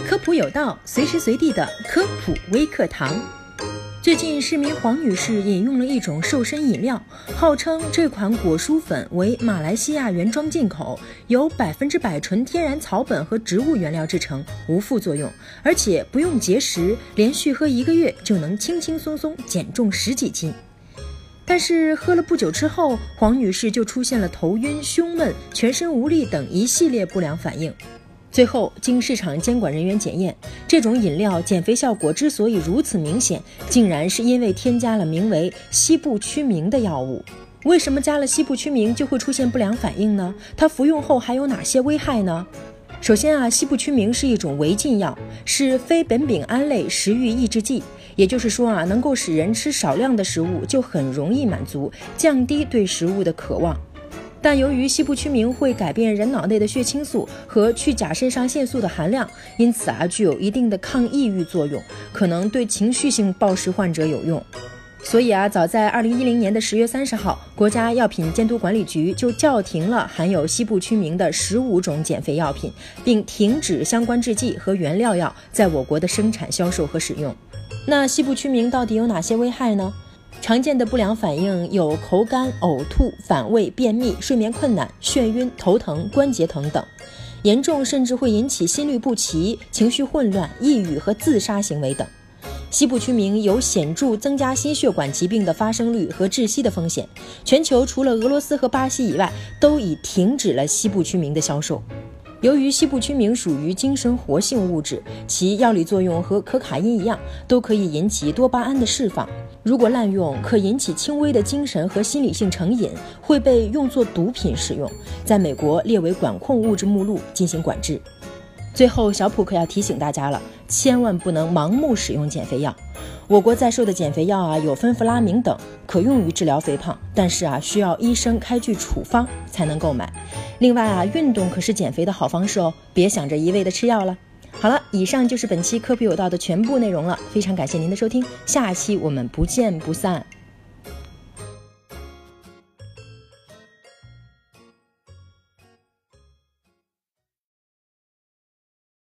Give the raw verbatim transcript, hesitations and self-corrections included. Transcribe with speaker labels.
Speaker 1: 科普有道，随时随地的科普微课堂。最近市民黄女士饮用了一种瘦身饮料，号称这款果蔬粉为马来西亚原装进口，由百分之百纯天然草本和植物原料制成，无副作用，而且不用节食，连续喝一个月就能轻轻松松减重十几斤。但是喝了不久之后，黄女士就出现了头晕、胸闷、全身无力等一系列不良反应。最后经市场监管人员检验，这种饮料减肥效果之所以如此明显，竟然是因为添加了名为西部曲明的药物。为什么加了西部曲明就会出现不良反应呢？它服用后还有哪些危害呢？首先啊，西部曲明是一种违禁药，是非苯丙胺类食欲抑制剂，也就是说啊，能够使人吃少量的食物就很容易满足，降低对食物的渴望。但由于西部曲明会改变人脑内的血清素和去甲肾上腺素的含量，因此啊具有一定的抗抑郁作用，可能对情绪性暴食患者有用。所以啊，早在二零一零年的十月三十号，国家药品监督管理局就叫停了含有西部曲明的十五种减肥药品，并停止相关制剂和原料药在我国的生产、销售和使用。那西部曲明到底有哪些危害呢？常见的不良反应有口干、呕吐、反胃、便秘、睡眠困难、眩晕、头疼、关节疼等，严重甚至会引起心律不齐、情绪混乱、抑郁和自杀行为等。西部曲明有显著增加心血管疾病的发生率和窒息的风险，全球除了俄罗斯和巴西以外，都已停止了西部曲明的销售。由于西部曲明属于精神活性物质，其药理作用和可卡因一样，都可以引起多巴胺的释放。如果滥用，可引起轻微的精神和心理性成瘾，会被用作毒品使用，在美国列为管控物质目录进行管制。最后，小普可要提醒大家了，千万不能盲目使用减肥药。我国在售的减肥药啊，有芬弗拉明等，可用于治疗肥胖，但是啊，需要医生开具处方才能购买。另外啊，运动可是减肥的好方式哦，别想着一味的吃药了。好了，以上就是本期科普有道的全部内容了，非常感谢您的收听，下期我们不见不散。